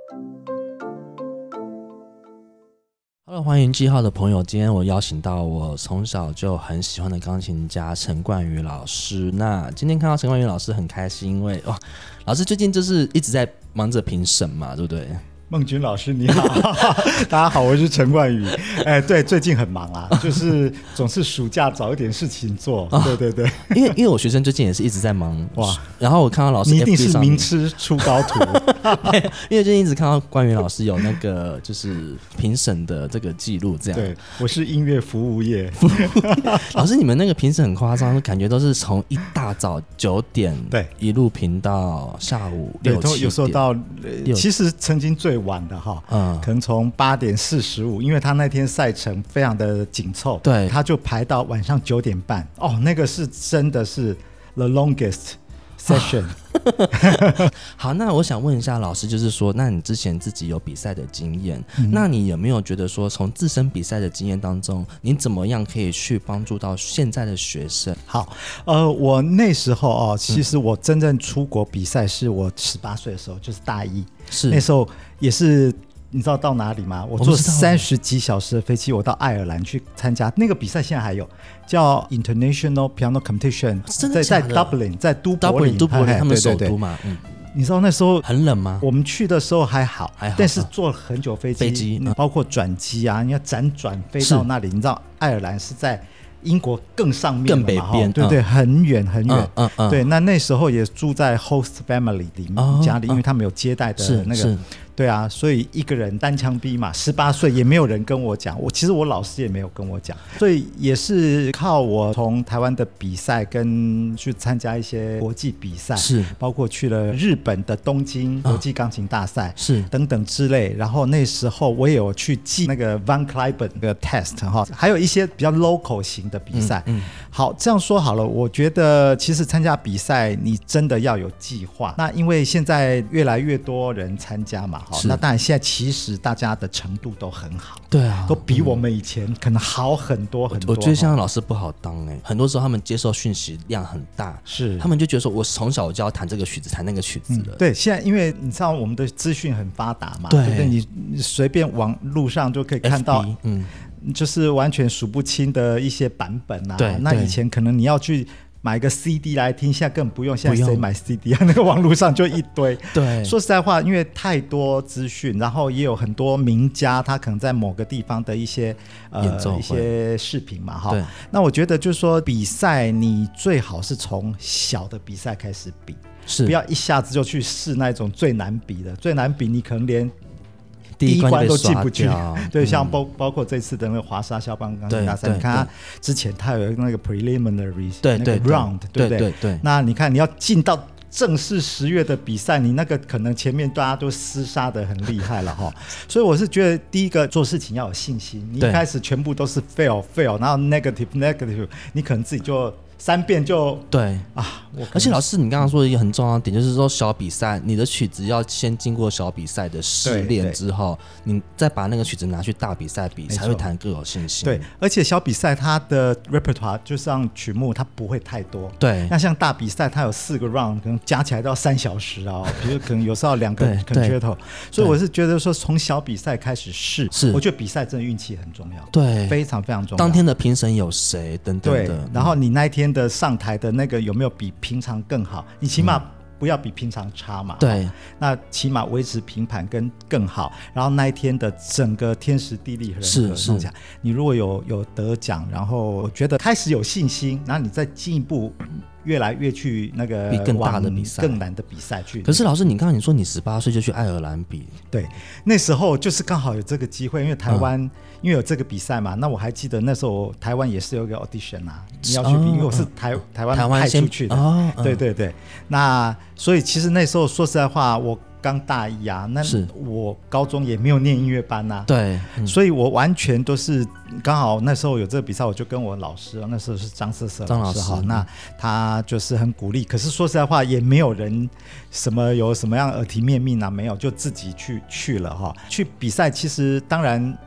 Hello， 欢迎记号的朋友，今天我邀请到我从小就很喜欢的钢琴家陈冠宇老师。那今天看到陈冠宇老师很开心，因为老师最近就是一直在忙着评审嘛，对不对？ 孟君老师你好大家好，我是陈冠宇。对，最近很忙啊，就是总是暑假找一点事情做。对对对， 因为我学生最近也是一直在忙哇，然后我看到老师你一定是名师出高徒因为最近一直看到冠宇老师有那个就是评审的这个记录这样。 对，我是音乐服务业老师你们那个评审很夸张，感觉都是从一大早9点对一路评到下午6、7点， 有时候到其实曾经最晚的哈，可能从8点45，因为他那天赛程非常的紧凑，对，他就排到晚上9点半。那个是真的是 the longest session 好，那我想问一下老师，就是说那你之前自己有比赛的经验，那你有没有觉得说从自身比赛的经验当中，你怎么样可以去帮助到现在的学生？ 好，我那时候其实我真正出国比赛是我18岁的时候，就是大一，是那时候也是。你知道到哪里吗？我坐30几小时的飞机，我到爱尔兰去参加那个比赛，现在还有叫 International Piano Competition， 在 Dublin， 在都柏林他们首都嘛。 你知道那时候很冷吗？ 我们去的时候还好，但是坐了很久飞机，包括转机啊，你要辗转飞到那里。你知道爱尔兰是在英国更上面更北边， 对对，很远很远。对，那时候也住在 host family 里面家里，因为他们有接待的那个。对啊，所以一个人单枪匹马，18岁也没有人跟我讲，其实我老师也没有跟我讲，所以也是靠我从台湾的比赛跟去参加一些国际比赛，是包括去了日本的东京国际钢琴大赛，是等等之类。然后那时候我也有去记那个 Van Cliburn 的 test 哈，还有一些比较 local 型的比赛。好，这样说好了，我觉得其实参加比赛你真的要有计划。那因为现在越来越多人参加嘛。那当然现在其实大家的程度都很好，对啊，都比我们以前可能好很多很多。 我觉得像老师不好当很多时候他们接受讯息量很大，是他们就觉得说我从小就要弹这个曲子弹那个曲子了。 对，现在因为你知道我们的资讯很发达嘛，对不对？你随便网路上就可以看到就是完全数不清的一些版本啊。那以前可能你要去买个 CD 来听，现在根本不用，现在谁买 CD 啊？那个网络上就一堆。对，说实在话，因为太多资讯，然后也有很多名家，他可能在某个地方的一些一些视频嘛，哈。那我觉得就是说，比赛你最好是从小的比赛开始比，是不要一下子就去试那种最难比的，最难比你可能连第一关都进不去。对，像包括这次的那个华沙肖邦钢琴大赛，你看他之前他有那个 preliminary 那个 round， 对不对？对。那你看你要进到正式10月的比赛，你那个可能前面大家都厮杀的很厉害了哈。所以我是觉得第一个做事情要有信心，你一开始全部都是 fail， 然后 negative， 你可能自己就3遍就对啊。 而且老师你刚刚说的一个很重要的点，就是说小比赛你的曲子要先经过小比赛的试炼之后，你再把那个曲子拿去大比赛比，才会弹更有信心。 对，而且小比赛它的 repertoire 就像曲目它不会太多。对，那像大比赛它有4个 round， 可能加起来都要3小时啊，比如可能有时候2个 concerto。所以我是觉得说从小比赛开始试，我觉得比赛真的运气很重要，对，非常非常重要。 当天的评审有谁等等的， 对，然后你那一天的上台的那个有没有比平常更好？你起码不要比平常差嘛。对，那起码维持平盘跟更好。然后那一天的整个天时地利人和弄起来，你如果有得奖，然后我觉得开始有信心，然后你再进一步越来越去那个比更大的比赛、 更难的比赛去。 可是老师，你刚刚你说你18岁就去爱尔兰比， 对，那时候就是刚好有这个机会，因为台湾、因为有这个比赛嘛。那我还记得那时候台湾也是有一个 audition 啊，你要去比，因为我是台湾派出去的。对对对，那所以其实那时候说实在话，我刚大一啊，那我高中也没有念音乐班啊，对、所以我完全都是刚好那时候有这个比赛，我就跟我老师，那时候是张瑟瑟老师哈，那他就是很鼓励。可是说实在话，也没有人有什么样耳提面命啊，没有，就自己去了哈。去比赛其实当然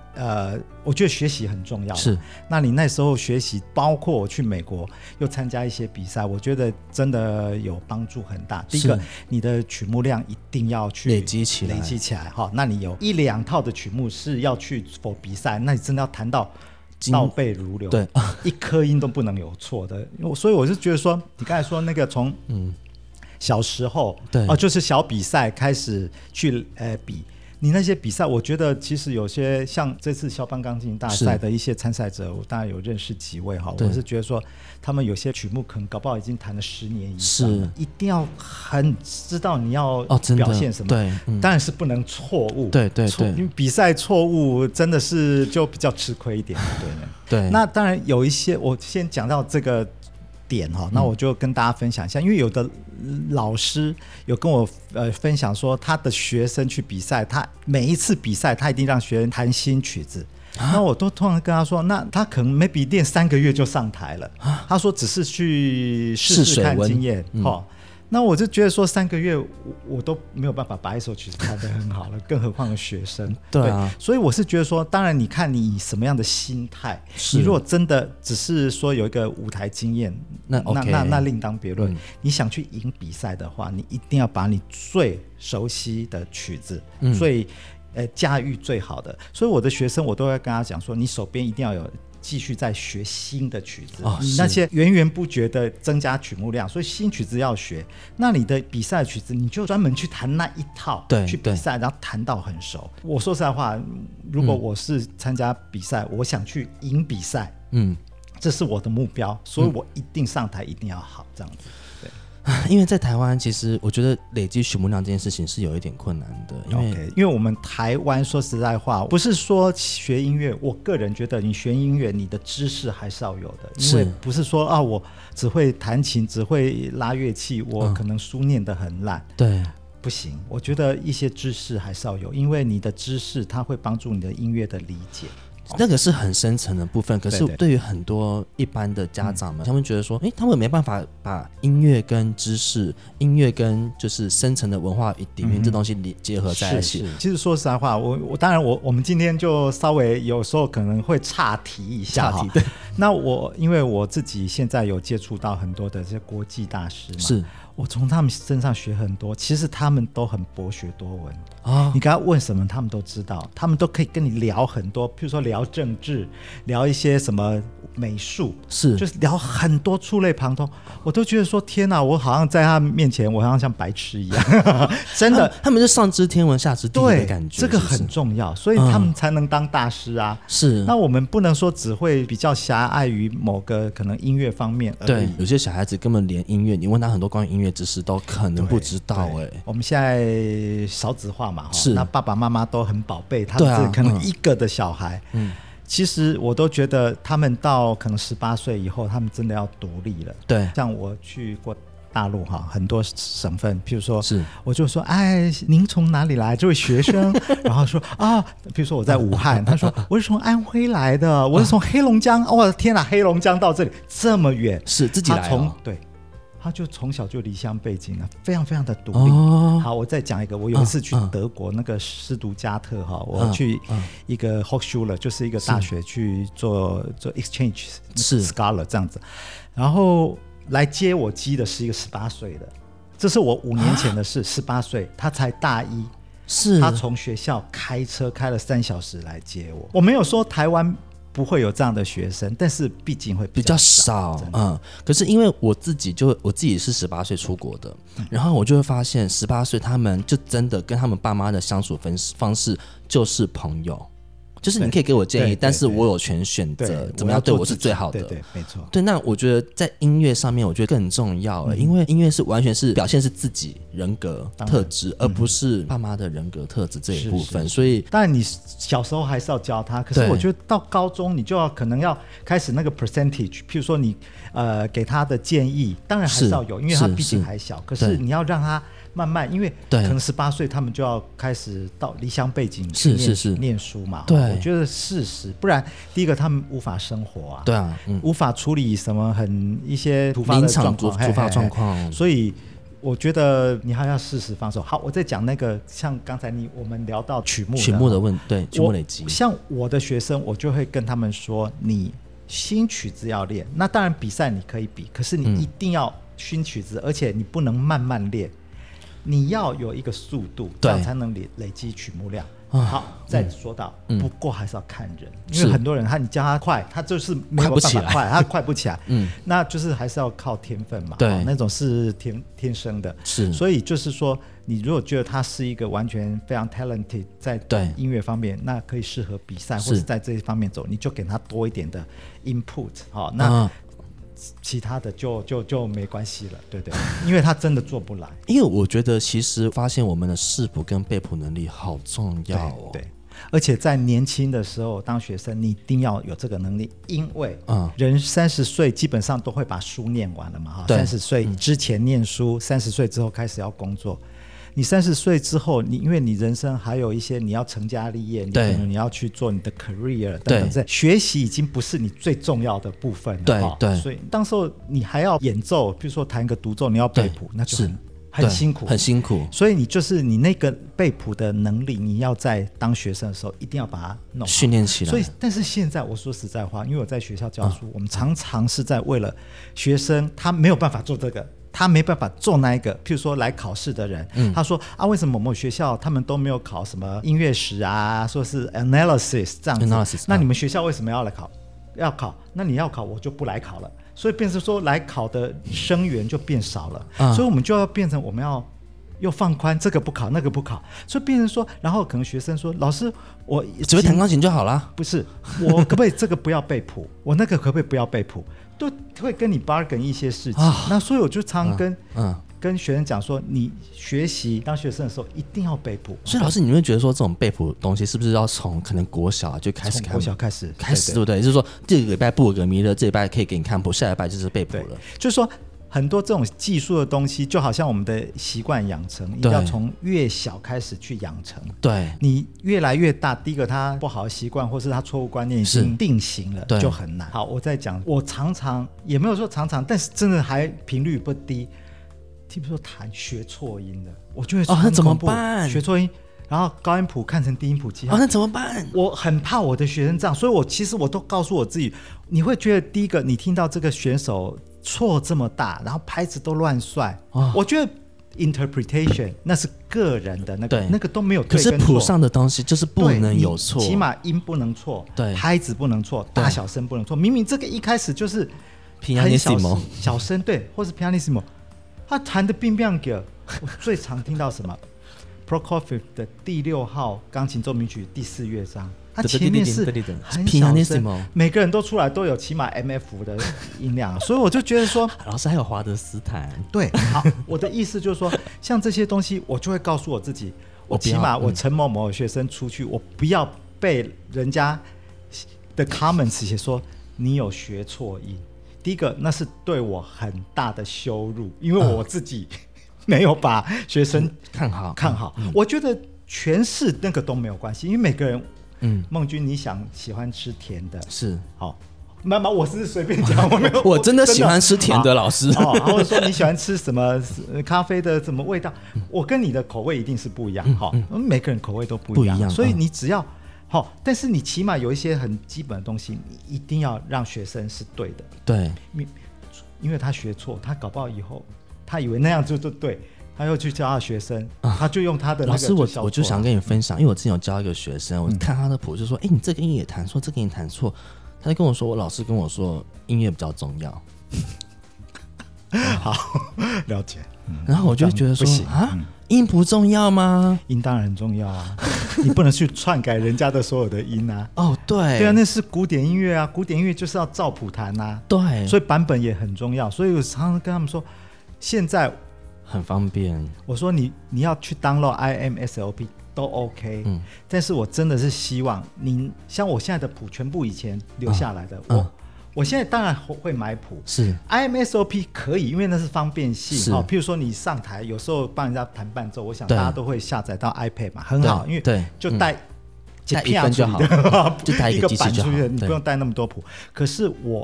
我觉得学习很重要。 是， 那你那时候学习，包括我去美国又参加一些比赛，我觉得真的有帮助很大。第一个，你的曲目量一定要去累积起来哈。那你有1-2套的曲目是要去否比赛，那你真的要弹到倒背如流， 对， 一颗音都不能有错的。所以我是觉得说，你刚才说那个从小时候对就是小比赛开始去比。你那些比赛，我觉得其实有些像这次肖邦钢琴大赛的一些参赛者，我当然有认识几位哈。我是觉得说，他们有些曲目可能搞不好已经弹了10年以上，一定要很知道你要表现什么。 对， 当然是不能错误。 对， 因为比赛错误真的是就比较吃亏一点。 对， 那当然有一些，我先讲到这个点哈，那我就跟大家分享一下，因为有的老师有跟我分享说，他的学生去比赛，他每一次比赛他一定让学生弹新曲子，那我都通常跟他说，那他可能 maybe 练3个月就上台了，他说只是去试试看经验那我就觉得说3个月我都没有办法把一首曲子弹得很好了，更何况有学生。 对， 所以我是觉得说，当然你看你以什么样的心态，你如果真的只是说有一个舞台经验，那另当别论。你想去赢比赛的话，你一定要把你最熟悉的曲子，最驾驭最好的。所以我的学生我都会跟他讲说，你手边一定要有继续在学新的曲子，你那些源源不绝的增加曲目量，所以新曲子要学。那你的比赛曲子你就专门去弹那一套，去比赛，然后弹到很熟。我说实在话，如果我是参加比赛，我想去赢比赛，这是我的目标，所以我一定上台一定要好，这样子。 因为在台湾，其实我觉得累积曲目量这件事情是有一点困难的， 因为我们台湾说实在话，不是说学音乐，我个人觉得你学音乐，你的知识还是要有的，因为不是说我只会弹琴，只会拉乐器，我可能书念得很烂， 对， 不行。我觉得一些知识还是要有，因为你的知识它会帮助你的音乐的理解。 那个是很深层的部分，可是对于很多一般的家长们，他们觉得说，他们没办法把音乐跟知识、音乐跟就是深层的文化底蕴这东西结合在一起。 其实说实在话，我当然我们今天就稍微有时候可能会岔题一下哈。 对。 那因为我自己现在有接触到很多的这些国际大师嘛， 是我从他们身上学很多，其实他们都很博学多闻你跟他问什么他们都知道，他们都可以跟你聊很多，譬如说聊政治，聊一些什么美术，就是聊很多触类旁通，我都觉得说天哪，我好像在他面前我好像白痴一样真的他们是上知天文下知地理的感觉， 这个很重要，所以他们才能当大师啊。 是， 那我们不能说只会比较狭隘于某个可能音乐方面而已。 对，有些小孩子根本连音乐，你问他很多关于音乐知识都可能不知道。 我们现在少子化嘛， 是， 那爸爸妈妈都很宝贝他们可能一个的小孩，其实我都觉得他们到可能18岁以后，他们真的要独立了。 对， 像我去过大陆很多省份，譬如说是， 我就说，哎，您从哪里来？这位学生，然后说譬如说我在武汉，他说我是从安徽来的，我是从黑龙江，我的天哪，黑龙江到这里这么远， 是自己来的， 对。他就从小就离乡背井了，非常非常的独立。好，我再讲一个，我有一次去德国那个斯图加特我去一个 Hochschule， 就是一个大学去做 exchange scholar 这样子，然后来接我机的是一个18岁的，这是我5年前的事，18岁，他才大一，他从学校开车开了3小时来接我。我没有说台湾不会有这样的学生，但是毕竟会比较少。 可是因为我自己是18岁出国的，然后我就会发现18岁他们就真的跟他们爸妈的相处方式就是朋友，就是你可以给我建议，但是我有权选择怎么样对我是最好的。 对，没错。 对，那我觉得在音乐上面，我觉得更重要因为音乐是完全是表现是自己人格特质，而不是爸妈的人格特质这一部分。所以当然你小时候还是要教他，可是我觉得到高中你就可能要开始那个 percentage， 譬如说你给他的建议，当然还是要有，因为他毕竟还小，可是你要让他慢慢，因为可能18岁他们就要开始到离乡背景去念书嘛。 对， 我觉得事实，不然第一个他们无法生活啊， 对啊， 无法处理什么一些突发的状况， 所以我觉得你还要适时放手。好，我再讲那个，像刚才我们聊到曲目的对，曲目累积。 像我的学生，我就会跟他们说，你新曲子要练，那当然比赛你可以比，可是你一定要新曲子，而且你不能慢慢练，你要有一个速度，这样才能累积曲目量。好，再说到，不过还是要看人，因为很多人你叫他快，他就是没有办法快，他快不起来，那就是还是要靠天分嘛，对，那种是天生的，是，所以就是说，你如果觉得他是一个完全非常 talented 在音乐方面，那可以适合比赛或是在这一方面走，你就给他多一点的 input， 好，那其他的就没关系了，对对，因为他真的做不来。 因为我觉得其实发现我们的视谱跟背谱能力好重要哦， 对，而且在年轻的时候当学生，你一定要有这个能力，因为人30岁基本上都会把书念完了嘛，30岁之前念书，30岁之后开始要工作。你30岁之后，因为你人生还有一些你要成家立业，你可能你要去做你的 career 等等，学习已经不是你最重要的部分了。对，所以当时候你还要演奏，比如说弹一个独奏，你要背谱，那就很辛苦， 很辛苦。 所以你就是你那个背谱的能力，你要在当学生的时候一定要把它弄好训练起来。 所以，但是现在我说实在话，因为我在学校教书，我们常常是在为了学生他没有办法做这个。他没办法做那一个，譬如说来考试的人，他说为什么某某学校他们都没有考什么音乐史啊，说是 analysis 这样子，那你们学校为什么要来考？要考，那你要考我就不来考了，所以变成说来考的生源就变少了，所以我们就要变成我们要又放宽，这个不考那个不考，所以变成说，然后可能学生说老师我只会弹钢琴就好了， 不是，我可不可以这个不要背谱，我那个可不可以不要背谱，都会跟你 bargain 一些事情，那所以我就常跟学生讲说，你学习当学生的时候一定要背谱。 所以老师，你会觉得说这种背谱东西是不是要从可能国小就开始看？ 从国小开始， 对不对？就是说这个礼拜布尔格弥勒，这礼拜可以给你看谱，下礼拜就是背谱了。 就是说很多这种技术的东西，就好像我们的习惯养成，一定要从越小开始去养成。对，你越来越大，第一个他不好的习惯或是他错误观念已经定型了，就很难。好，我再讲，我常常也没有说常常，但是真的还频率不低。听说学错音的，我就会说那怎么办？ 学错音，然后高音谱看成低音谱记号， 那怎么办？ 我很怕我的学生这样，所以其实我都告诉我自己，你会觉得第一个，你听到这个选手错这么大，然后拍子都乱算，我觉得 interpretation 那是个人的那个都没有对跟错， 可是谱上的东西就是不能有错， 起码音不能错，拍子不能错，大小声不能错。明明这个一开始就是很小声，对，或是 pianissimo。他弹的冰冰给，我最常听到什么 Prokofiev 的第6号钢琴奏鸣曲第4乐章，他前面是很小声，每个人都出来都有起码 MF 的音量，所以我就觉得说， 老师还有华德斯坦， 对，好，我的意思就是说，像这些东西，我就会告诉我自己，我起码我陈某某学生出去，我不要被人家的 comments 写说你有学错音。第一个，那是对我很大的羞辱，因为我自己没有把学生看好。我觉得诠释那个都没有关系，因为每个人，孟君，你喜欢吃甜的， 是好，妈妈，我是随便讲，我没有， 我真的喜欢吃甜的，老师， 或者说你喜欢吃什么咖啡的什么味道，我跟你的口味一定是不一样，好，每个人口味都不一样，所以你只要。好，但是你起码有一些很基本的东西，你一定要让学生是对的。 对， 因为他学错，他搞不好以后他以为那样就对，他又去教他学生，他就用他的那个。 老师，我就想跟你分享，因为我之前有教一个学生，我看他的谱就说，你这个音也弹错，这个音弹错，他就跟我说，我老师跟我说音乐比较重要。 好，了解。 然后我就觉得说音不重要吗？ 音当然很重要啊，你不能去篡改人家的所有的音啊。 对啊，那是古典音乐啊，古典音乐就是要照谱弹啊。 对， 所以版本也很重要。所以我常常跟他们说，现在很方便。我说你要去 download IMSLP 都 OK，但是我真的是希望你像我现在的谱全部以前留下来的，我现在当然会买谱， 是 IMSOP 可以，因为那是方便性。好，譬如说你上台有时候帮人家弹伴奏，我想大家都会下载到 iPad 嘛，很好，因为就带 1分就好，就带一个板出去， 你不用带那么多谱。可是我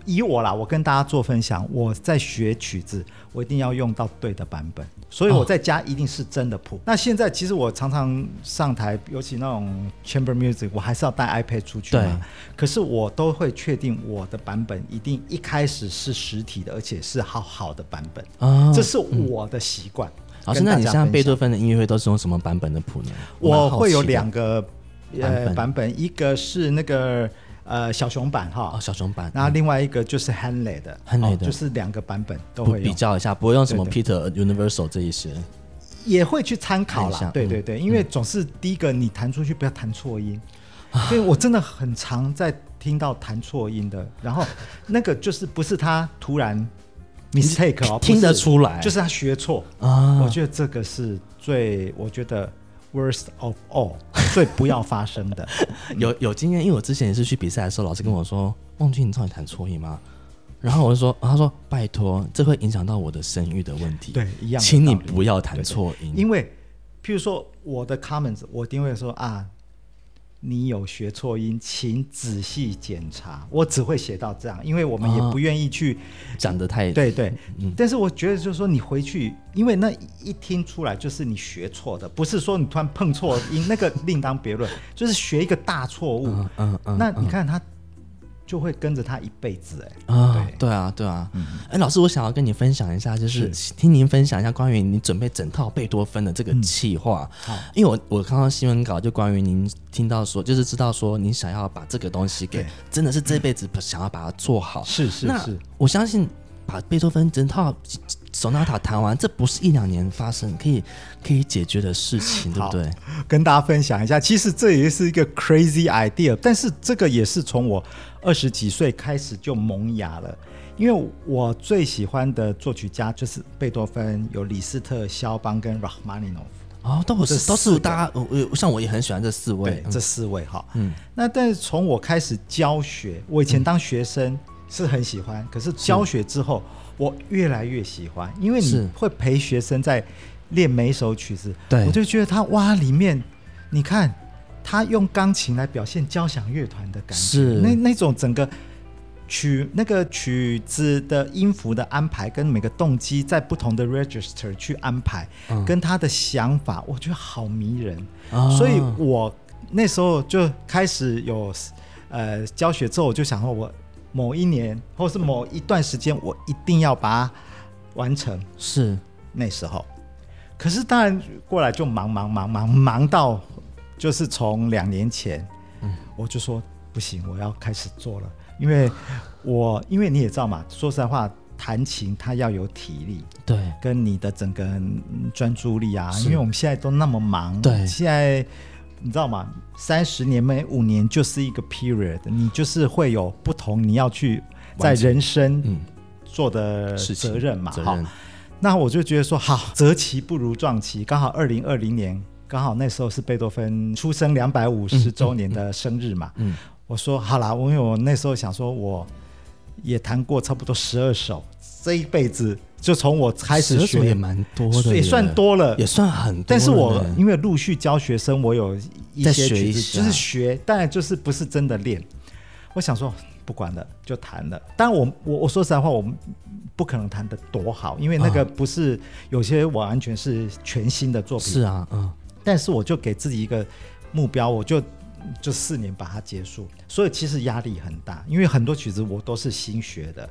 以我啦，我跟大家做分享，我在学曲子，我一定要用到对的版本，所以我在家一定是真的谱。那现在其实我常常上台，尤其那种 chamber music， 我还是要带 iPad 出去嘛。可是我都会确定我的版本一定一开始是实体的，而且是好的版本。这是我的习惯。 老师，那你像贝多芬的音乐会都是用什么版本的谱呢？ 我会有2个版本，一个是那个小熊版哈， 小熊版， 然后另外一个就是 Henley 的，就是2个版本都会用， 比较一下，不会用什么 Peter Universal 这一些， 也会去参考啦。对对对，因为总是第一个你弹出去不要弹错音，所以我真的很常在听到弹错音的，然后那个就是不是他突然 mistake 哦， 听得出来， 就是他学错啊。我觉得这个是我觉得 worst of all 最不要发生的。 有经验，因为我之前也是去比赛的时候，老师跟我说：“孟君，你知道你弹错音吗？”然后我就说，他说：“拜托，这会影响到我的声誉的问题。” 对，一样， 请你不要弹错音。 因为譬如说我的 comments， 我一定会说啊，你有学错音，请仔细检查。我只会写到这样，因为我们也不愿意去讲得太对对。但是我觉得就是说，你回去，因为那一听出来就是你学错的，不是说你突然碰错音，那个另当别论。就是学一个大错误，那你看他就会跟着他一辈子。 对啊。老师，我想要跟你分享一下，就是听您分享一下关于你准备整套贝多芬的这个企划。因为我看到新闻稿，就关于您听到说，就是知道说您想要把这个东西给真的是这辈子想要把它做好。 是。 那我相信把贝多芬整套sonata弹完，这不是1-2年发生可以解决的事情，对不对？ 跟大家分享一下，其实这也是一个 crazy idea， 但是这个也是从我20几岁开始就萌芽了。因为我最喜欢的作曲家就是贝多芬，有李斯特、肖邦跟 Rachmaninoff。都是大家，像我也很喜欢这4位， 这4位哈。那但是从我开始教学，我以前当学生是很喜欢，可是教学之后我越来越喜欢，因为你会陪学生在练每一首曲子，我就觉得他里面你看他用钢琴来表现交响乐团的感觉，那种整个那个曲子的音符的安排跟每个动机在不同的 register 去安排，跟他的想法我觉得好迷人。所以我那时候就开始有教学之后，我就想说我某一年或是某一段时间我一定要把它完成。是那时候，可是当然过来就忙到就是从2年前我就说不行，我要开始做了。因为你也知道嘛，说实在话，弹琴它要有体力，对，跟你的整个专注力啊，因为我们现在都那么忙，对，现在你知道吗？30年每5年就是一个 period， 你就是会有不同你要去在人生做的责任嘛，好，那我就觉得说好，择其不如撞其，刚好2020年，刚好那时候是贝多芬出生250周年的生日嘛，我说好啦，因为我那时候想说，我也弹过差不多12首，这一辈子就从我开始学， 也蛮多的， 也算多了， 也算很多。 但是我因为陆续教学生，我有一些曲子就是学，当然就是不是真的练。我想说不管了，就弹了。当然我说实在话，我不可能弹得多好，因为那个不是有些我完全是全新的作品。是啊，但是我就给自己一个目标，我就4年把它结束，所以其实压力很大，因为很多曲子我都是新学的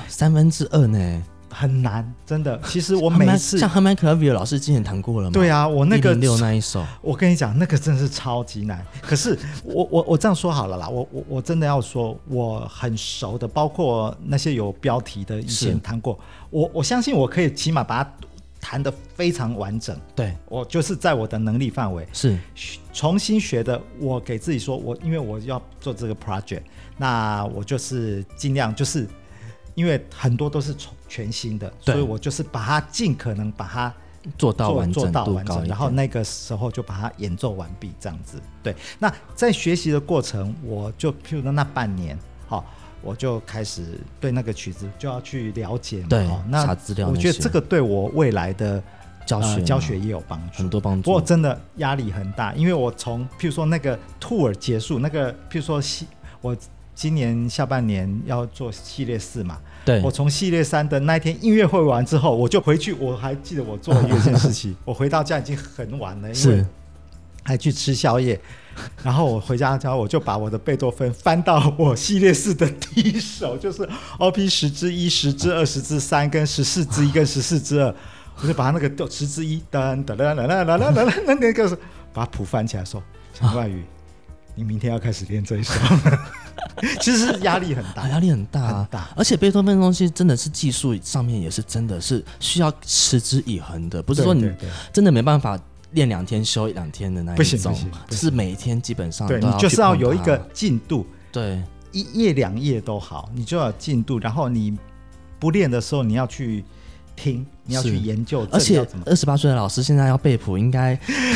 2/3呢， 很难，真的。其实我每一次像赫曼·克拉维尔老师之前弹过了吗？ 对啊，我那个 106那一首， 我跟你讲，那个真的是超级难。可是我这样说好了啦，我真的要说，我很熟的，包括那些有标题的以前弹过，我相信我可以起码把它弹得非常完整，对，我就是在我的能力范围，是重新学的。我给自己说，因为我要做这个 project， 那我就是尽量，就是因为很多都是全新的，所以我就是把它尽可能把它做到完整， 然后那个时候就把它演奏完毕，这样子。对，那在学习的过程，我就譬如那半年，我就开始对那个曲子就要去了解嘛，对，查资料。我觉得这个对我未来的教学也有帮助， 很多帮助。 不过真的压力很大，因为我从譬如说那个 tour 结束，那个譬如说我今年下半年要做系列4嘛， 对， 我从系列3的那一天音乐会完之后，我就回去，我还记得我做了一件事情，我回到家已经很晚了，因为还去吃宵夜，然后我回家之后，我就把我的贝多芬翻到我系列4的第一首，就是 OP 10/1、10/2、10/3跟14/1跟14/2，我就把它那个10/1噔噔噔噔噔噔噔噔那个把它谱翻起来说，陈冠宇，你明天要开始练这一首。其实压力很大， 压力很大，很大。而且贝多芬的东西真的是技术上面也是真的是需要持之以恒的，不是说你真的没办法练2天休2天的那一种，是每一天基本上都要去碰它。 你就是要有一个进度， 对 ，1页2页都好，你就要有进度，然后你不练的时候你要去听，你要去研究， 而且28岁的老师现在要背谱，应该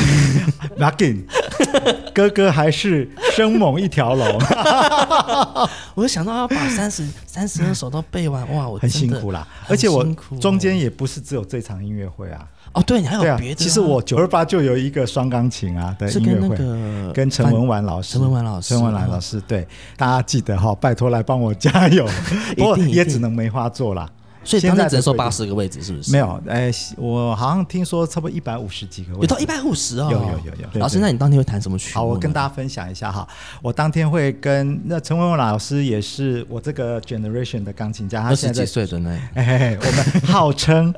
哥哥还是生猛一条龙。 我就想到要把32首都背完，哇，我很辛苦啦。而且我中间也不是只有这场音乐会啊。 哦，对，你还有别的。 其实我928就有一个双钢琴啊的音乐会，跟陈文婉老师。对，大家记得拜托来帮我加油。不过也只能梅花座啦。 所以当时只能收80个位置，是不是？ 没有，我好像听说差不多150几个位置， 有到150哦。 有。 老师，那你当天会弹什么曲目？ 好，我跟大家分享一下哈。我当天会跟陈文文老师，也是我这个 generation 的钢琴家，他现在20几岁的呢。 我们号称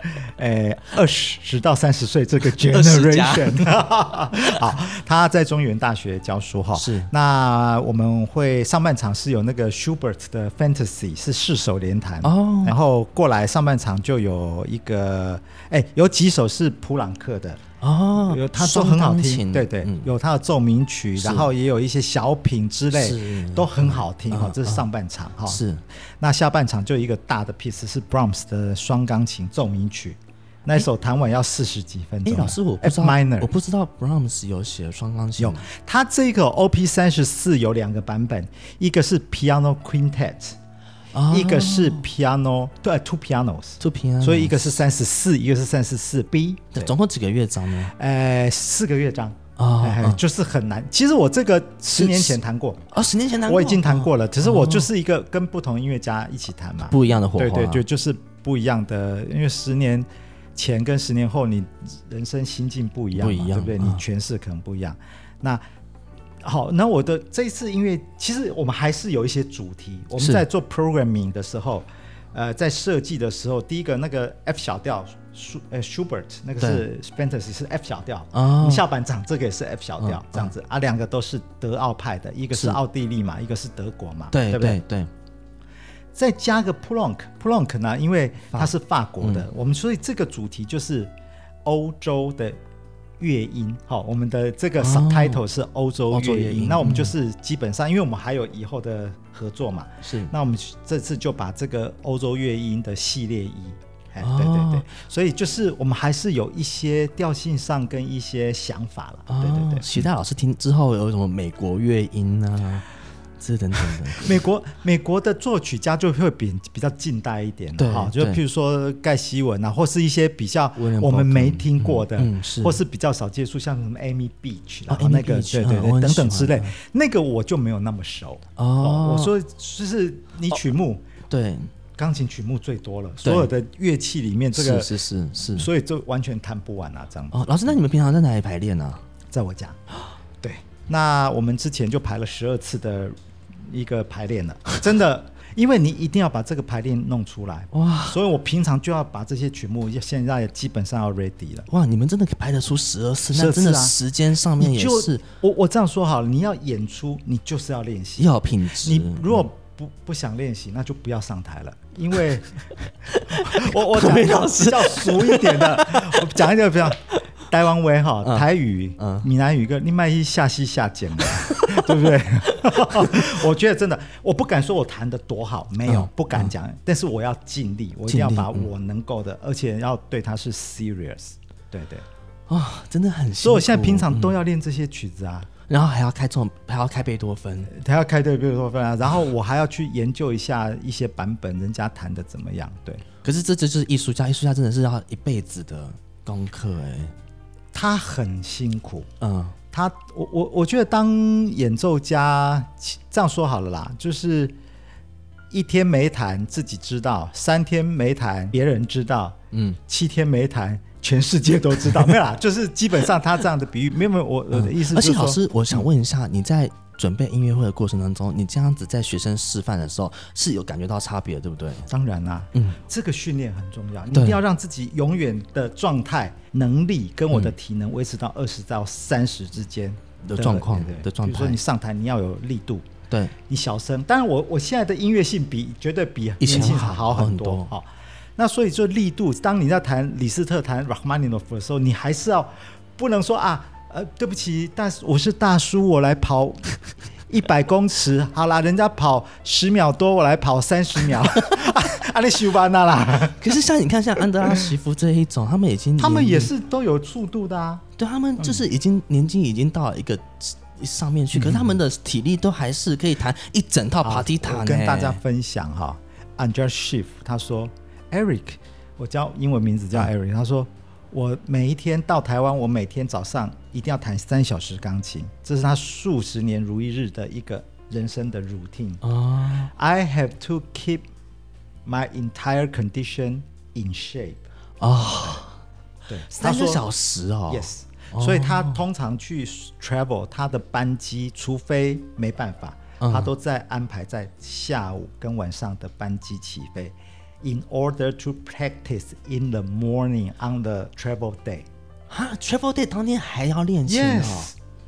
20到30岁这个 generation。好，他在中原大学教书哈。 是。那我们会上半场是有那个 Schubert 的 Fantasy 是4首连弹哦，然后过来。上半场就有一个，有几首是普朗克的哦，他都很好听，对对，有他的奏鸣曲，然后也有一些小品之类，都很好听哈。这是上半场哈。 是， 那下半场就一个大的 piece 是 Brahms 的双钢琴奏鸣曲，那一首弹完要40几分钟。 老师，我不知道 Brahms 有写双钢琴。 有，他这个 OP34有2个版本，一个是 Piano Quintet。一个是 piano， 对 ，two pianos， 所以一个是34，一个是34B， 总共几个乐章呢 ？4个乐章就是很难。其实我这个10年前弹过 ，10年前弹过， 我已经弹过了。只是我就是一个跟不同音乐家一起弹嘛， 不一样的火花， 对，就是不一样的。因为10年前跟10年后，你人生心境不一样嘛，对不对？你诠释可能不一样。那好，那我的这一次音乐，其实我们还是有一些主题。我们在做 programming 的时候，在设计的时候，第一个那个 F 小调，Schubert 那个是 Fantasy 是 F 小调，下半场这个也是 F 小调，这样子啊，2个都是德奥派的，一个是奥地利嘛，一个是德国嘛，对不对？对。再加个 Plonk 呢，因为它是法国的，我们所以这个主题就是欧洲的乐音，好，我们的这个 subtitle 是欧洲乐音，那我们就是基本上，因为我们还有以后的合作嘛，是，那我们这次就把这个欧洲乐音的系列1，对，所以就是我们还是有一些调性上跟一些想法了，对。 期待老师听之后有什么美国乐音啊？这等等的， 美国的作曲家就会比较近代一点，对，就譬如说盖希文啊，或是一些比较我们没听过的，或是比较少接触，像什么 Amy Beach， 然后那个对等等之类，那个我就没有那么熟哦。我说就是你曲目对。 钢琴曲目最多了，所有的乐器里面这个是， 所以就完全弹不完啊，这样子。 老师，那你们平常在哪里排练啊？ 在我家。对，那我们之前就排了12次的一个排练了，真的，因为你一定要把这个排练弄出来哇，所以我平常就要把这些曲目现在基本上要 ready 了。 哇，你们真的排得出12次，那真的时间上面也是。 我这样说好了，你要演出，你就是要练习， 要有品质。 你如果不想练习，那就不要上台了，因为我讲一个比较俗一点的，我讲一个比较台湾话哈，台语、闽南语跟另外一下西下简的，对不对？我觉得真的，我不敢说我弹得多好，没有，不敢讲，但是我要尽力，我一定要把我能够的，而且要对它是 serious， 对。 真的很辛苦， 所以我现在平常都要练这些曲子啊。 然后还要开贝多芬， 还要开贝多芬啊！然后我还要去研究一下一些版本，人家弹的怎么样？对。 可是这就是艺术家真的是要一辈子的功课他很辛苦， 我觉得当演奏家这样说好了啦，就是1天没弹自己知道，3天没弹别人知道，7天没弹全世界都知道。没有啦，就是基本上他这样的比喻，没有我的意思就是说， 而且老师我想问一下，你在准备音乐会的过程当中，你这样子在学生示范的时候是有感觉到差别对不对？ 当然啦，这个训练很重要，你一定要让自己永远的状态能力跟我的体能维持到20到30之间的状况的状态。 比如说你上台你要有力度， 对， 你小声，当然我现在的音乐性绝对比年轻好很多，好，那所以就力度，当你在弹李斯特弹 Rachmaninoff 的时候，你还是要不能说啊对不起，但是我是大叔，我来跑100公尺，好啦，人家跑10秒多，我来跑30秒，你修吧那啦。 可是像你看，像安德拉席夫这一种，他们也是都有速度的啊。 对，他们就是年纪已经到了一个上面去，可是他们的体力都还是可以弹一整套帕蒂塔。 我跟大家分享哈 ，Andras Schiff 他说 ，Eric， 我叫英文名字叫 Eric， 他说。我每一天到台湾，我每天早上一定要弹3小时钢琴，这是他数十年如一日的一个人生的 routine。I have to keep my entire condition in shape。对 ，3个小时哦。 Yes，所以他通常去 travel， 他的班机除非没办法，他都在安排在下午跟晚上的班机起飞。In order to practice in the morning on the travel day， travel day 当天还要练琴哦。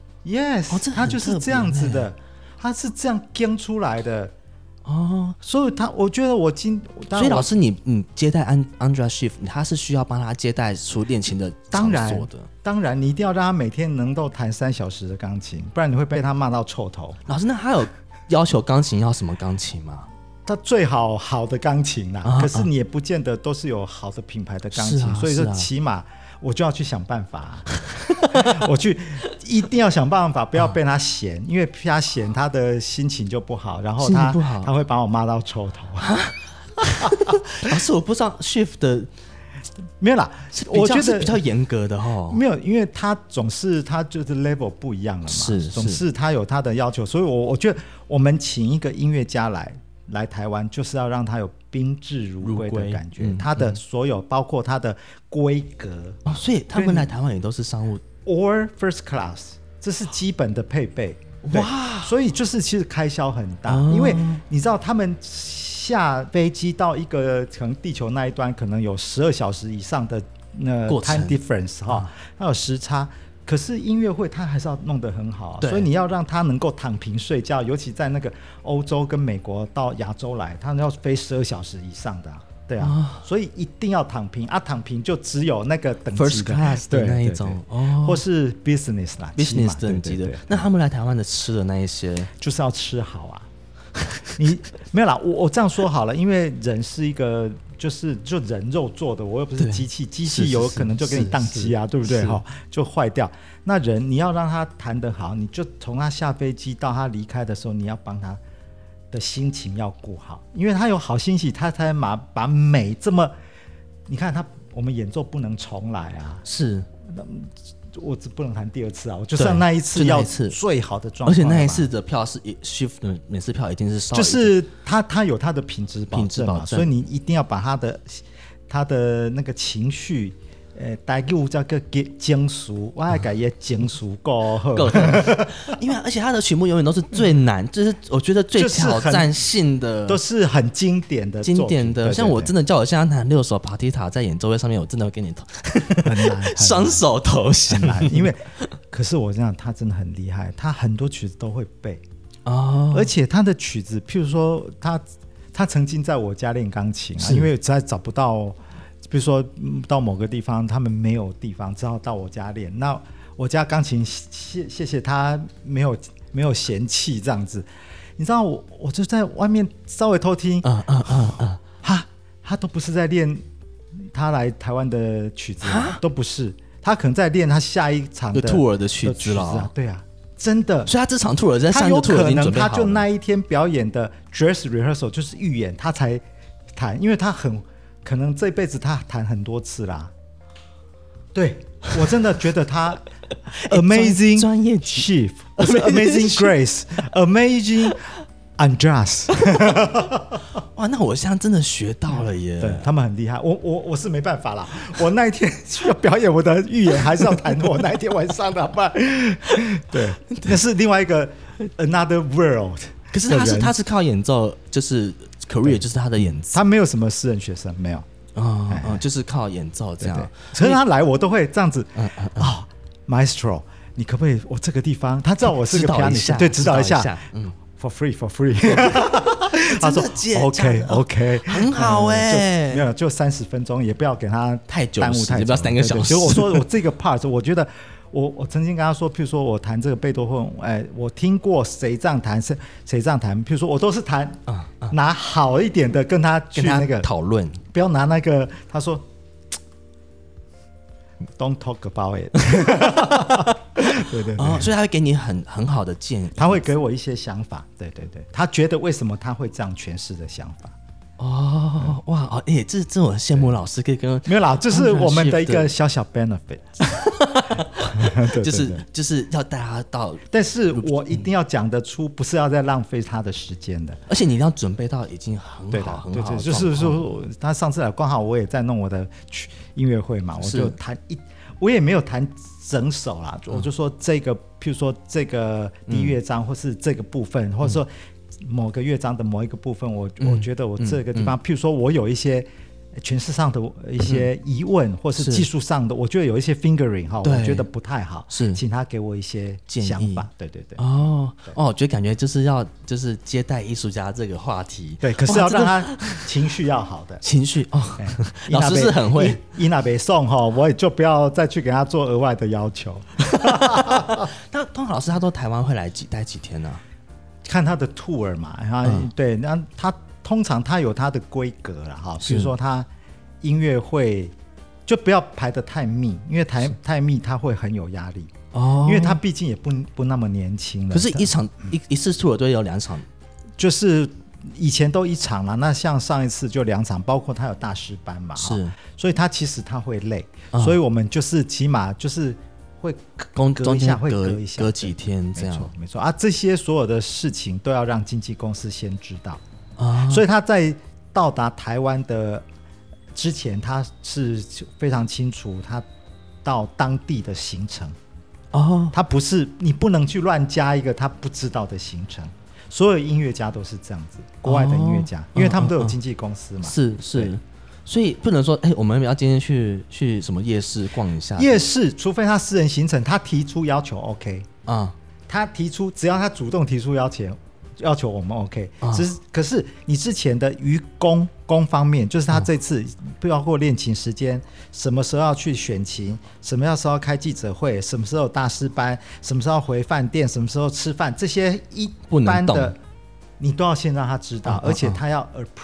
Yes， 他就是这样子的，他是这样编出来的哦。所以我觉得所以老师你接待Andras Schiff， 他是需要帮他接待出练琴的场所的。 当然，你一定要让他每天能够弹3小时的钢琴，不然你会被他骂到臭头。 老师，那他有要求钢琴要什么钢琴吗？ 它最好的钢琴啦，可是你也不见得都是有好的品牌的钢琴，所以说起码我就要去想办法，我一定要想办法，不要被他嫌，因为他嫌他的心情就不好，然后他会把我骂到抽头。 老师，我不知道 Schiff 的没有啦，我觉得是比较严格的哦。 没有，因为他就是level 不一样了嘛，总是他有他的要求，所以我觉得我们请一个音乐家来台湾，就是要让他有宾至如归的感觉，他的所有包括他的规格所以他们来台湾也都是商务 or first class， 这是基本的配备。哇，所以就是其实开销很大，因为你知道他们下飞机到一个可能地球那一端可能有12小时以上的time difference 它有时差。可是音乐会它还是要弄得很好，所以你要让他能够躺平睡觉，尤其在那个欧洲跟美国到亚洲来，他要飞12小时以上的对啊，所以一定要躺平躺平就只有那个等级的 first class 的那一种或是 business 啦 ，business 等级的。那他们来台湾的吃的那一些， 就是要吃好啊。你没有啦，我这样说好了，因为人是一个就人肉做的，我又不是机器，机器有可能就给你宕机啊，对不对？就坏掉。那人你要让他弹得好，你就从他下飞机到他离开的时候，你要帮他的心情要顾好，因为他有好欣喜，他才把美这么，你看我们演奏不能重来啊， 是。 我只不能弹第2次啊！我就算那一次要最好的状况， 而且那一次的票是 Schiff 的每次票一定是就是他有他的品质保证嘛，所以你一定要把他的那个情绪，台语叫个精熟，我还改也精熟够好， 因为而且他的曲目永远都是最难，就是我觉得最挑战性的， 都是很经典的， 像我真的叫我现在弹6首帕蒂塔在演奏会上面，我真的会给你很难， 双手投降， 因为可是我这样，他真的很厉害，他很多曲子都会背而且他的曲子，譬如说他曾经在我家练钢琴因为实在找不到。比如说到某个地方他们没有地方，只好到我家练，那我家钢琴谢谢他没有嫌弃这样子，你知道我就在外面稍微偷听他都不是在练他来台湾的曲子都不是，他可能在练他下一场的 tour 的曲子了对啊，真的， 所以他这场 tour 在上一个 tour 已经准备好了， 他有可能他就那一天表演的 dress rehearsal 就是预演他才弹，因为他可能这辈子他弹很多次啦。对，我真的觉得他 Amazing 专业 Chief， Amazing Grace，Amazing Andreas 哇，那我现在真的学到了耶！ 对，他们很厉害，我是没办法啦。我那一天需要表演我的预言，还是要谈我那一天晚上的吧。对，那是另外一个 Another World。 可是他是靠演奏，就是 career 就是他的演奏， 他没有什么私人学生，没有。 就是靠演奏这样。 对对，所以他来我都会这样子Maestro， 你可不可以我这个地方？他知道我是个 pianist， 对，指导一下。For free 他说 OK 很好没有就30分钟，也不要给他太久， 耽误太久， 也不要3个小时。 所以我说我这个 part， 我觉得我曾经跟他说，譬如说我弹这个贝多芬，我听过谁这样弹，谁这样弹，譬如说我都是弹拿好一点的跟他去那个讨论， 不要拿那个他说Don't talk about it 对对对， 所以他会给你很好的建议， 他会给我一些想法，对对对，他觉得为什么他会这样诠释的想法。 哇这我羡慕老师可以跟没有啦，这是我们的一个小小 benefit 对对对， 就是要带他到， 但是我一定要讲得出，不是要再浪费他的时间的， 而且你一定要准备到已经很好很好的， 就是说他上次来刚好我也在弄我的音乐会嘛，我就弹我也没有弹整首啦，我就说这个譬如说这个第一乐章或是这个部分，或者说某个乐章的某一个部分，我觉得我这个地方譬如说我有一些诠释上的一些疑问，或是技术上的，我觉得有一些 fingering 我觉得不太好，是请他给我一些想法。对对对。 我觉得感觉就是接待艺术家这个话题， 对，可是要让他情绪要好的情绪老师是很会， 伊那北送我也就不要再去给他做额外的要求。 那通常老师他都台湾会来待几天呢？ 看他的 tour 嘛，对，那他通常他有他的规格了哈，比如说他音乐会就不要排得太密，因为太密他会很有压力因为他毕竟也不那么年轻了。 可是一次 tour 都有2场， 就是以前都1场了，那像上一次就2场，包括他有大师班嘛，是，所以他其实他会累，所以我们就是起码就是会隔一下，会隔几天这样， 没错啊，这些所有的事情都要让经纪公司先知道所以他在到达台湾的之前，他是非常清楚他到当地的行程他不是你不能去乱加一个他不知道的行程。所有音乐家都是这样子，国外的音乐家，因为他们都有经纪公司嘛， 是，所以不能说我们要今天去什么夜市逛一下， 夜市除非他私人行程，他提出要求 OK 他提出只要他主动提出要求我们 OK 可是你之前的于工方面，就是他这次包括练琴时间，什么时候要去选琴，什么时候要开记者会，什么时候有大师班，什么时候要回饭店，什么时候吃饭，这些一般的你都要先让他知道而且他要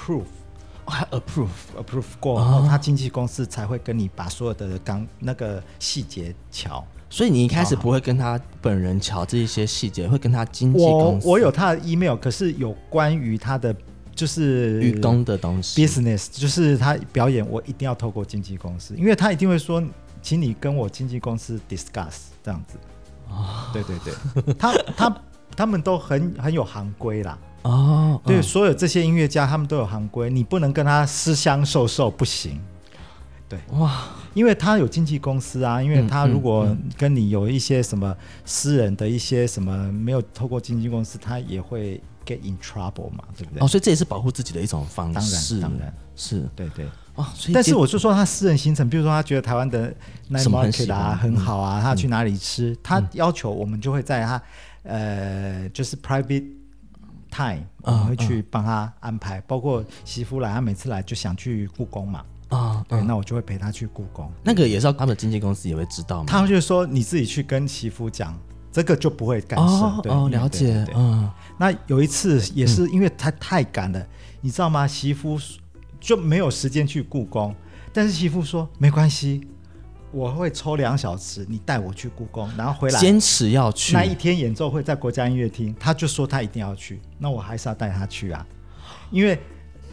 approve 过后他经纪公司才会跟你把所有的那个细节瞧。所以你一开始不会跟他本人瞧这一些细节，会跟他经纪公司。 我有他的 email， 可是有关于他的就是预工的东西 business， 就是他表演我一定要透过经纪公司，因为他一定会说请你跟我经纪公司 discuss 这样子对对对，他们都很有行规啦对，所有这些音乐家他们都有行规，你不能跟他私相授不行。对因为他有经纪公司啊，因为他如果跟你有一些什么私人的一些什么没有透过经纪公司，他也会 get in trouble 嘛，对不对？ 所以这也是保护自己的一种方式。 当然是， 对对所以但是我就说他私人行程，比如说他觉得台湾的 night market 很好啊他去哪里吃他要求我们就会在他就是 private time 我们会去帮他安排，包括媳妇来他每次来就想去故宫嘛对，那我就会陪他去故宫。 那个也是他们的经纪公司也会知道吗？ 他就说你自己去跟媳妇讲，这个就不会干涉了解对那有一次也是因为他太赶了你知道吗？媳妇就没有时间去故宫，但是媳妇说没关系，我会抽2小时你带我去故宫，然后回来坚持要去。 那一天演奏会在国家音乐厅，他就说他一定要去，那我还是要带他去啊，因为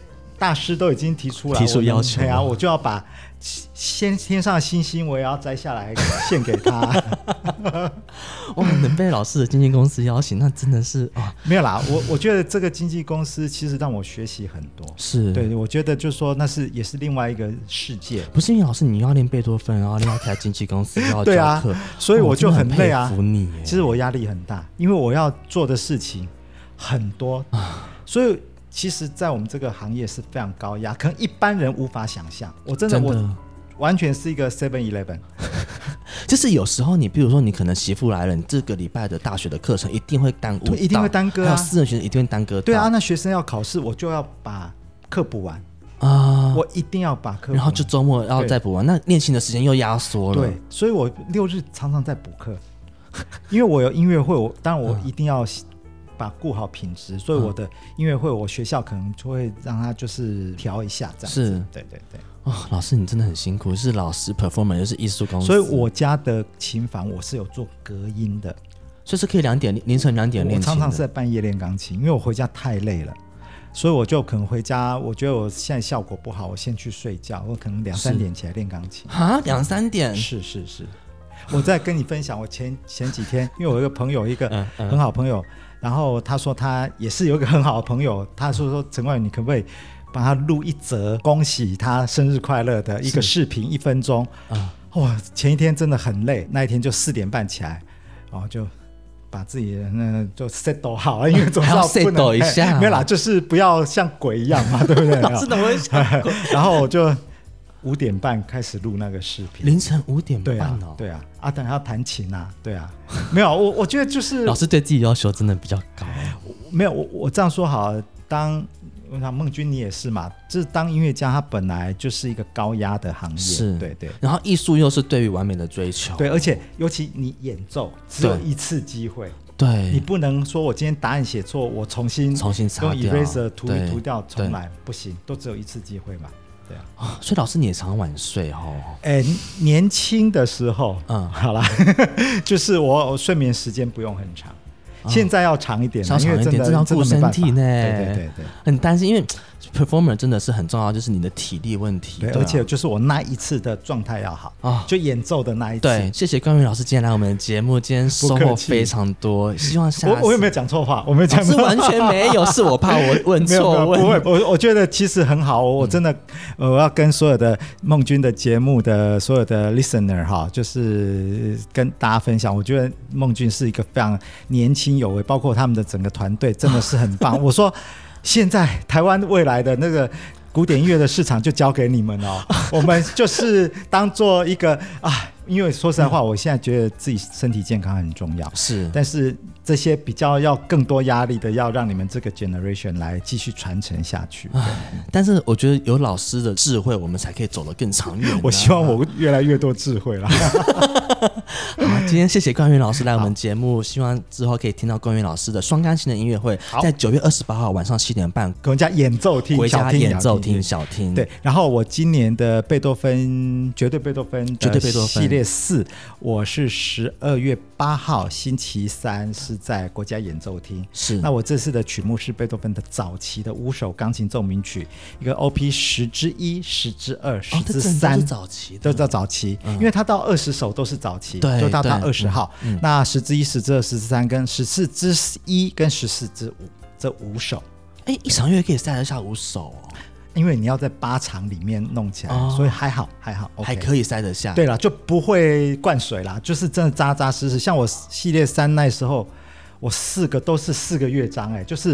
大师都已经提出要求， 对啊，我就要把天上的星星我也要摘下来献给他。 哇，能被老师的经纪公司邀请，那真的是没有啦，我觉得这个经纪公司其实让我学习很多， 是对， 我觉得就是说那也是另外一个世界。 不是因为老师你要练贝多芬，然后另外开经纪公司要对啊，所以我就很累啊。 服你， 其实我压力很大，因为我要做的事情很多，所以其实在我们这个行业是非常高压，可能一般人无法想象。我真的我完全是一个 7-11 就是有时候你比如说你可能媳妇来了，你这个礼拜的大学的课程一定会耽误， 一定会耽搁还有私人学生一定会耽搁到。 对啊，那学生要考试，我就要把课补完啊，我一定要把课补完， 然后就周末要再补完，那练琴的时间又压缩了。 对，所以我6日常常在补课，因为我有音乐会，当然我一定要把顾好品质，所以我的音乐会我学校可能就会让他就是调一下这样子。是，对对对。 老师你真的很辛苦，是老师 performer 又是艺术公司， 所以我家的琴房我是有做隔音的， 所以是可以凌晨2点练琴的。 我常常是在半夜练钢琴，因为我回家太累了，所以我就可能回家，我觉得我现在效果不好，我先去睡觉，我可能2-3点起来练钢琴。 啊，2-3点？ 是。我再跟你分享，我前几天，因为我有一个朋友，一个很好朋友，然后他说他也是有一个很好的朋友，他说陈冠宇，你可不可以帮他录一则恭喜他生日快乐的一个视频，1分钟。哇，前一天真的很累，那一天就4点半起来，就把自己就 settle 好了，因为总是要 settle 一下， 没有啦，就是不要像鬼一样嘛，对不对？ 是怎么会像鬼？ 然后我就5点半开始录那个视频， 凌晨5点半哦。 对啊，等下要弹琴啊，对啊，没有，我觉得就是老师对自己要求真的比较高。 没有，我这样说好了，我想孟君你也是嘛，就是当音乐家他本来就是一个高压的行业， 是， 对， 然后艺术又是对于完美的追求， 对，而且尤其你演奏只有一次机会， 对， 你不能说我今天答案写错，我重新擦掉， 用 eraser 涂掉重来，不行，都只有一次机会嘛。对啊， 所以老师你也常晚睡哦。 年轻的时候，好啦，就是我睡眠时间不用很长，现在要长一点，因为真的要顾身体呢。 对， 很担心，因为 performer 真的是很重要，就是你的体力问题。 对，而且就是我那一次的状态要好就演奏的那一次。 对，谢谢冠宇老师今天来我们的节目，今天收获非常多，希望下次我有没有讲错话？我没有讲错， 是完全没有，是我怕我问错问。 不会，我觉得其实很好，我真的我要跟所有的孟君的节目的所有的 listener 就是跟大家分享，我觉得孟君是一个非常年轻有为，包括他们的整个团队真的是很棒。我说现在台湾未来的那个古典音乐的市场就交给你们哦，我们就是当做一个因为说实在话，我现在觉得自己身体健康很重要， 是， 但是这些比较要更多压力的，要让你们这个 generation 来继续传承下去。 但是我觉得有老师的智慧，我们才可以走得更长远。 我希望我越来越多智慧了。 好，今天谢谢冠宇老师来我们节目，希望之后可以听到冠宇老师的双钢琴的音乐会，在9月28号晚上7点半， 国家演奏厅， 国家演奏厅小厅。 对，然后我今年的贝多芬绝对贝多芬系列4，我是12月8号星期3是在国家演奏厅。 是， 那我这次的曲目是贝多芬的早期的5首钢琴奏鸣曲，一个 OP 10之1、10之2、10之3， 都是早期的， 都叫早期，因为它到20首都是早期，就到它20号。那10之1、10之2、10之3跟14之1跟14之5这5首， 一场乐可以塞得下5首哦。 因为你要在8场里面弄起来，所以还好， 还可以塞得下。 对啦，就不会灌水啦，就是真的扎扎实实。像我系列3那时候，我都是4个乐章，就是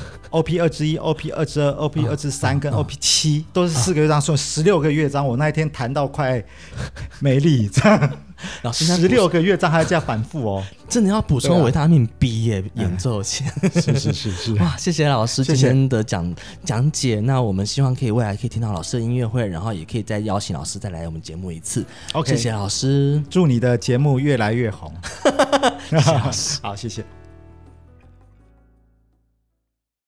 OP 2之1、OP 2之2、OP 2之3跟 OP 7都是4个乐章，所以16个乐章，我那一天弹到快没力，这样。老师16个乐章还要这样反复哦， 真的要补充维他命 B 耶，演奏前。 是哇，谢谢老师今天的讲解。那我们希望未来可以听到老师的音乐会，然后也可以再邀请老师再来我们节目一次。 OK， 谢谢老师， 祝你的节目越来越红。 谢谢老师， 好，谢谢。